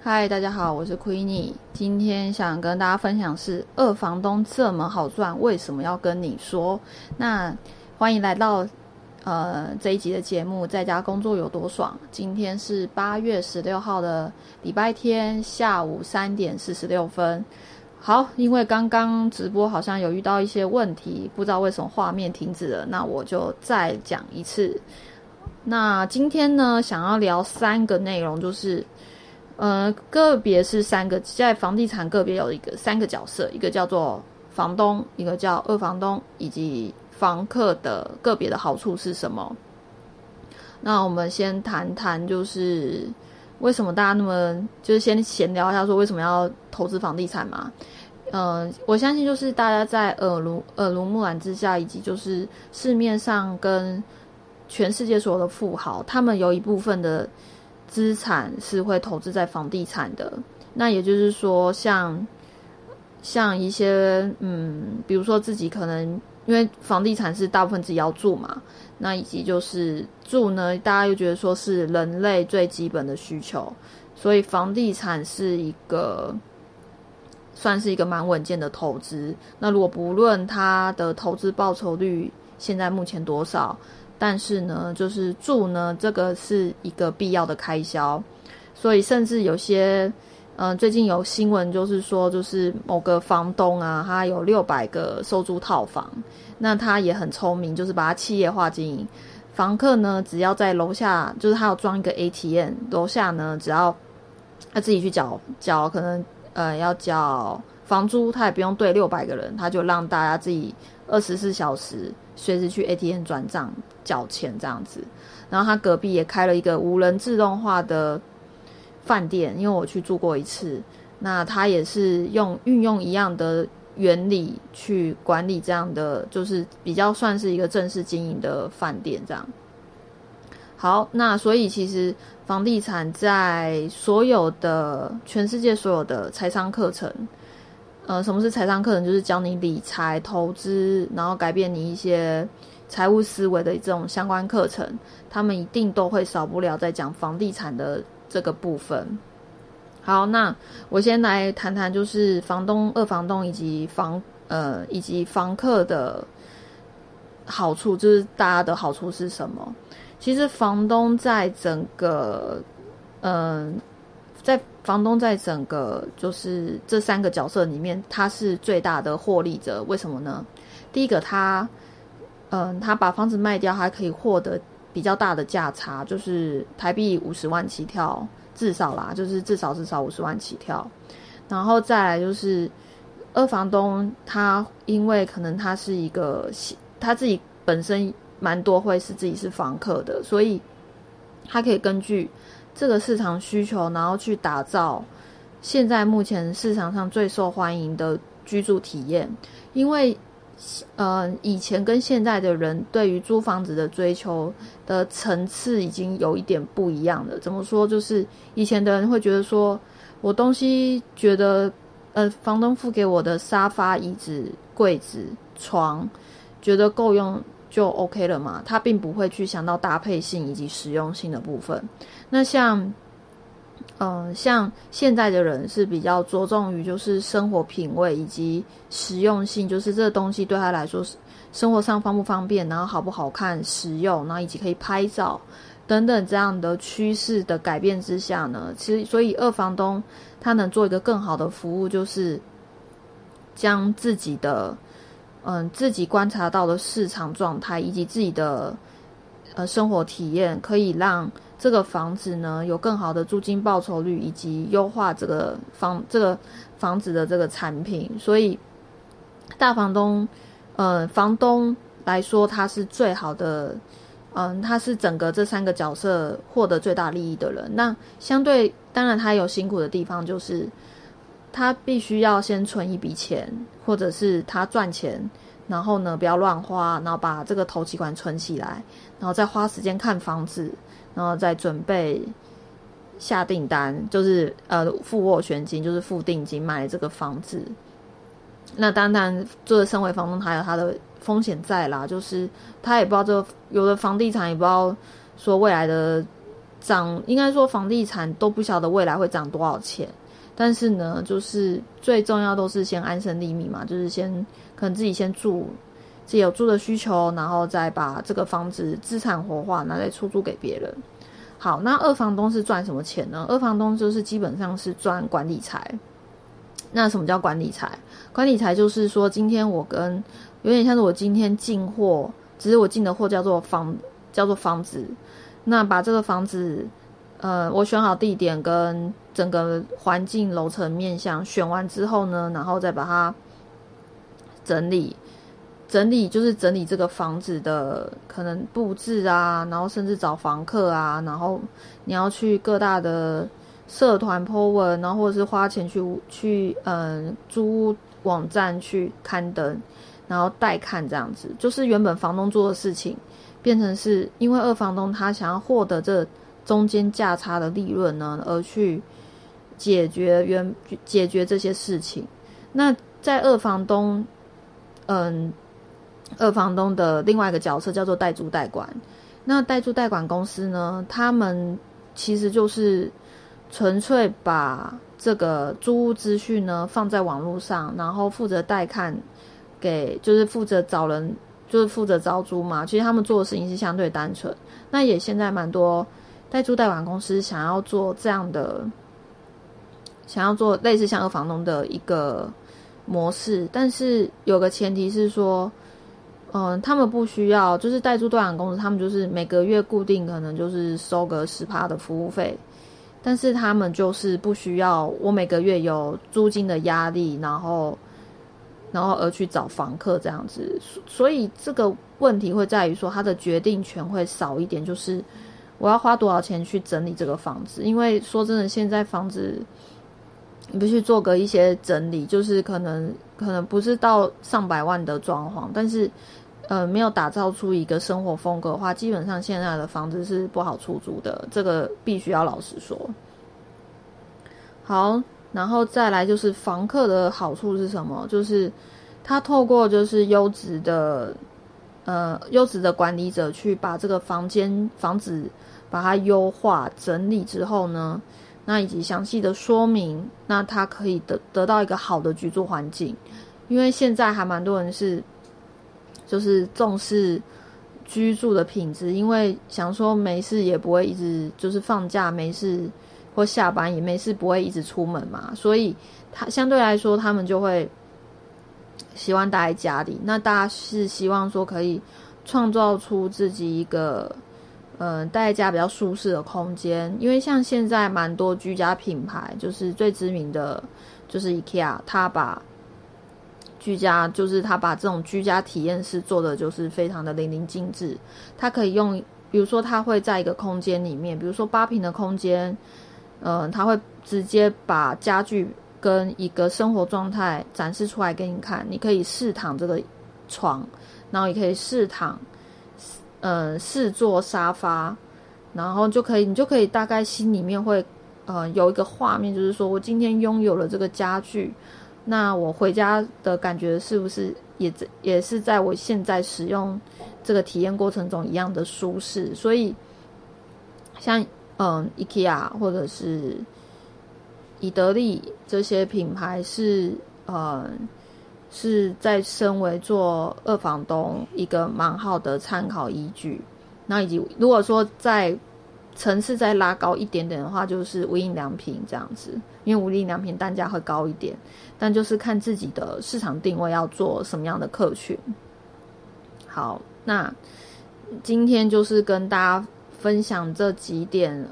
嗨，大家好，我是 Queenie。今天想跟大家分享是二房东这么好赚，为什么要跟你说？那欢迎来到这一集的节目，在家工作有多爽。今天是8月16号的礼拜天下午3点46分。好，因为刚刚直播好像有遇到一些问题，不知道为什么画面停止了，那我就再讲一次。那今天呢，想要聊3个内容，就是个别是3个，在房地产个别有3个角色，一个叫做房东，一个叫二房东，以及房客的个别的好处是什么。那我们先谈谈，就是为什么大家那么，就是先闲聊一下说为什么要投资房地产嘛。我相信就是大家在耳濡目染之下，以及就是市面上跟全世界所有的富豪，他们有一部分的资产是会投资在房地产的。那也就是说像一些比如说自己可能因为房地产是大部分自己要住嘛，那以及就是住呢，大家又觉得说是人类最基本的需求，所以房地产是算是一个蛮稳健的投资。那如果不论它的投资报酬率现在目前多少，但是呢就是住呢，这个是一个必要的开销。所以甚至有些最近有新闻就是说，就是某个房东啊，他有600个收租套房，那他也很聪明，就是把它企业化经营。房客呢只要在楼下，就是他有装一个 ATM， 楼下呢只要他自己去缴可能要缴房租，他也不用对600个人，他就让大家自己24小时随时去 ATM 转账缴钱这样子。然后他隔壁也开了一个无人自动化的饭店，因为我去住过一次，那他也是运用一样的原理去管理这样的，就是比较算是一个正式经营的饭店这样。好，那所以其实房地产在全世界所有的财商课程，什么是财商课程？就是教你理财、投资，然后改变你一些财务思维的这种相关课程，他们一定都会少不了在讲房地产的这个部分。好，那我先来谈谈就是房东、二房东以及房客的好处，就是大家的好处是什么？其实房东在整个就是这3个角色里面，他是最大的获利者。为什么呢？第一个，他把房子卖掉，他可以获得比较大的价差，就是台币50万起跳，至少啦，就是至少50万起跳。然后再来就是二房东，他因为可能他是一个他自己本身蛮多会是自己是房客的，所以他可以根据这个市场需求，然后去打造现在目前市场上最受欢迎的居住体验。因为以前跟现在的人对于租房子的追求的层次已经有一点不一样了。怎么说？就是以前的人会觉得说，我东西觉得房东付给我的沙发、椅子、柜子、床觉得够用就 OK 了嘛，他并不会去想到搭配性以及实用性的部分。那像现在的人是比较着重于就是生活品味以及实用性，就是这个东西对他来说是生活上方不方便，然后好不好看、实用，然后以及可以拍照等等这样的趋势的改变之下呢，其实所以二房东他能做一个更好的服务，就是将自己观察到的市场状态以及自己的生活体验，可以让这个房子呢有更好的租金报酬率，以及优化这个房子的这个产品。所以大房东房东来说，他是最好的他是整个这3个角色获得最大利益的人。那相对当然他有辛苦的地方，就是他必须要先存一笔钱，或者是他赚钱，然后呢不要乱花，然后把这个头期款存起来，然后再花时间看房子，然后再准备下订单，就是付斡旋金，就是付定金买这个房子。那当然就是身为房东他有他的风险在啦，就是他也不知道有的房地产也不知道说未来的应该说房地产都不晓得未来会涨多少钱，但是呢，就是最重要都是先安身立命嘛，就是可能自己先住，自己有住的需求，然后再把这个房子资产活化，拿来出租给别人。好，那二房东是赚什么钱呢？二房东就是基本上是赚管理财。那什么叫管理财？管理财就是说，今天有点像是我今天进货，只是我进的货叫做房子。那把这个房子，我选好地点跟整个环境、楼层、面向选完之后呢，然后再把它整理就是整理这个房子的可能布置啊，然后甚至找房客啊，然后你要去各大的社团 po 文，然后或者是花钱去租屋网站去刊登，然后带看这样子，就是原本房东做的事情，变成是因为二房东他想要获得这中间价差的利润呢，而去解决这些事情。那在二房东的另外一个角色叫做代租代管。那代租代管公司呢，他们其实就是纯粹把这个租屋资讯呢放在网络上，然后负责带看就是负责找人，就是负责招租嘛。其实他们做的事情是相对单纯。那也现在蛮多代租代管公司想要做类似像二房东的一个模式，但是有个前提是说，他们不需要，就是代租代管公司，他们就是每个月固定可能就是收个10%的服务费，但是他们就是不需要我每个月有租金的压力，然后而去找房客这样子。所以这个问题会在于说，他的决定权会少一点，就是我要花多少钱去整理这个房子。因为说真的，现在房子你必须做个一些整理，就是可能不是到上百万的装潢，但是没有打造出一个生活风格的话，基本上现在的房子是不好出租的，这个必须要老实说。好，然后再来就是房客的好处是什么？就是他透过就是优质的管理者去把这个房子把它优化整理之后呢，那以及详细的说明，那他可以得到一个好的居住环境。因为现在还蛮多人就是重视居住的品质，因为想说没事也不会一直就是放假没事或下班也没事不会一直出门嘛，所以他相对来说他们就会喜欢待在家里。那大家是希望说可以创造出自己一个待在家比较舒适的空间。因为像现在蛮多居家品牌，就是最知名的就是 IKEA， 他把这种居家体验室做的就是非常的淋漓尽致。他可以用，比如说他会在一个空间里面，比如说8坪的空间，他会直接把家具跟一个生活状态展示出来给你看。你可以试躺这个床，然后也可以试躺试坐沙发，然后你就可以大概心里面会有一个画面，就是说我今天拥有了这个家具，那我回家的感觉是不是也是在我现在使用这个体验过程中一样的舒适。所以像IKEA 或者是以德利这些品牌是在身为做二房东一个蛮好的参考依据。那以及如果说在层次再拉高一点点的话，就是无印良品这样子。因为无印良品单价会高一点，但就是看自己的市场定位要做什么样的客群。好，那今天就是跟大家分享这几点，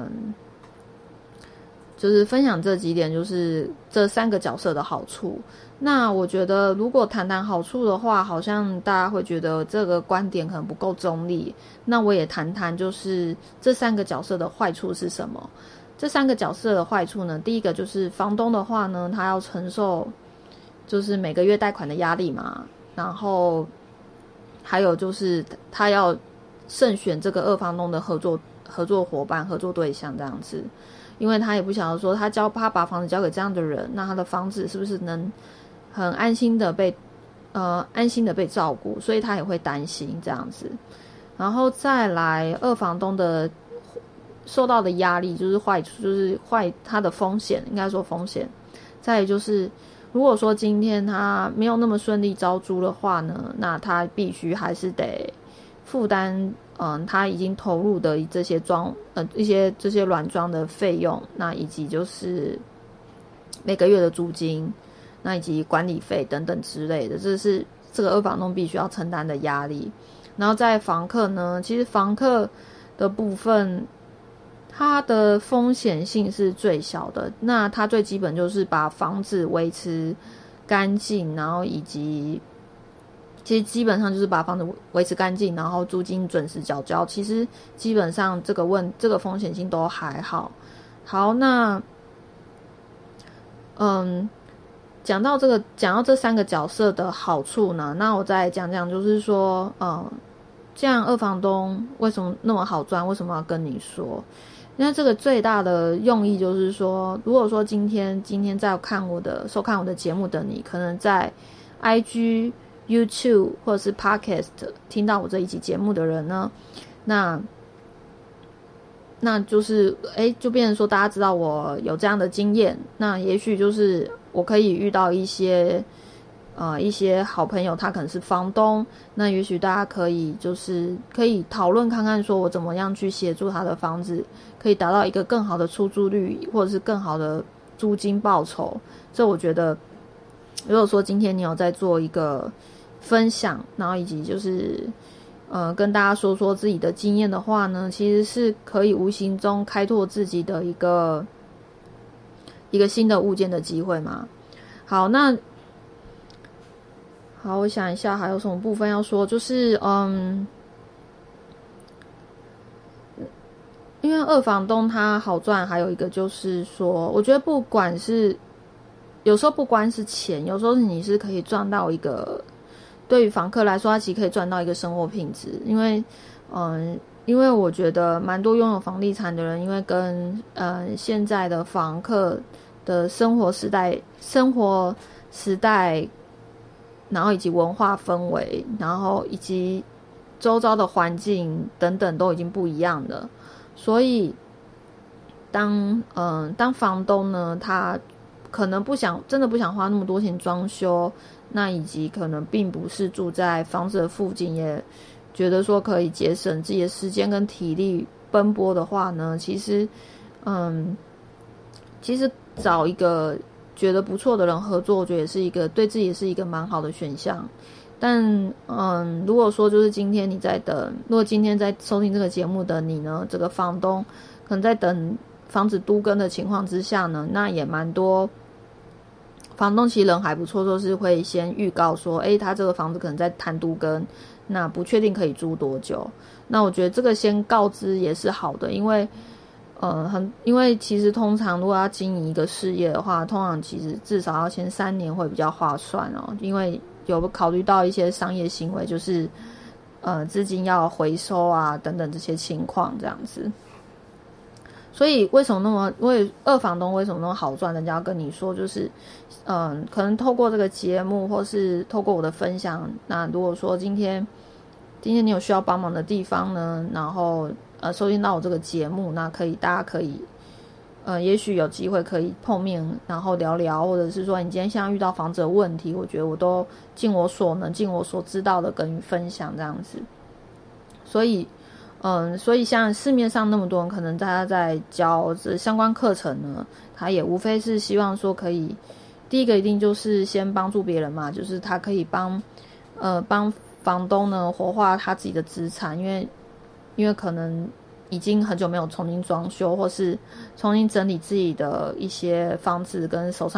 就是这3个角色的好处。那我觉得如果谈好处的话，好像大家会觉得这个观点可能不够中立。那我也谈就是这3个角色的坏处是什么。这3个角色的坏处呢，第一个就是房东的话呢，他要承受就是每个月贷款的压力嘛，然后还有就是他要慎选这个二房东的合作伙伴、合作对象这样子。因为他也不晓得说他把房子交给这样的人，那他的房子是不是能很安心的被照顾，所以他也会担心这样子。然后再来二房东的受到的压力就是坏处，就是它的风险，应该说风险。再来就是，如果说今天他没有那么顺利招租的话呢，那他必须还是得负担他已经投入的这些这些软装的费用，那以及就是每个月的租金，那以及管理费等等之类的，这是这个二房东必须要承担的压力。然后在房客呢，其实房客的部分，它的风险性是最小的。那它最基本就是把房子维持干净，然后以及其实基本上就是把房子维持干净，然后租金准时缴交。其实基本上这个风险性都还好。好，那讲到这三个角色的好处呢，那我再讲讲，就是说，这样二房东为什么那么好赚？为什么要跟你说？那这个最大的用意就是说，如果说今天在收看我的节目的你，可能在 IG、YouTube 或者是 Podcast 听到我这一集节目的人呢，那就是就变成说大家知道我有这样的经验，那也许就是我可以遇到一些好朋友，他可能是房东，那也许大家可以讨论看看，说我怎么样去协助他的房子可以达到一个更好的出租率，或者是更好的租金报酬。这我觉得，如果说今天你有在做一个分享，然后以及就是跟大家说说自己的经验的话呢，其实是可以无形中开拓自己的一个新的物件的机会嘛。好，我想一下还有什么部分要说，就是因为二房东他好赚，还有一个就是说，我觉得不管是有时候不光是钱，有时候你是可以赚到一个，对于房客来说，他其实可以赚到一个生活品质，因为我觉得蛮多拥有房地产的人，因为跟现在的房客的生活时代，然后以及文化氛围，然后以及周遭的环境等等都已经不一样了，所以当房东呢，他可能真的不想花那么多钱装修，那以及可能并不是住在房子的附近，也觉得说可以节省自己的时间跟体力奔波的话呢，其实找一个觉得不错的人合作，我觉得也是一个对自己也是一个蛮好的选项。但如果说就是如果今天在收听这个节目的你呢，这个房东可能在等房子都更的情况之下呢，那也蛮多房东其实人还不错，就是会先预告说，他这个房子可能在谈都更，那不确定可以租多久。那我觉得这个先告知也是好的，因为其实通常如果要经营一个事业的话，通常其实至少要先3年会比较划算哦，因为有考虑到一些商业行为，就是资金要回收啊等等这些情况这样子。所以二房东为什么那么好赚？人家要跟你说，就是可能透过这个节目，或是透过我的分享，那如果说今天你有需要帮忙的地方呢，然后收听到我这个节目，那大家可以也许有机会可以碰面，然后聊聊，或者是说你今天现在遇到房子的问题，我觉得我都尽我所能、尽我所知道的跟你分享这样子。所以像市面上那么多人，可能大家在教这相关课程呢，他也无非是希望说可以，第一个一定就是先帮助别人嘛，就是他可以帮房东呢活化他自己的资产，因为可能已经很久没有重新装修，或是重新整理自己的一些房子跟手上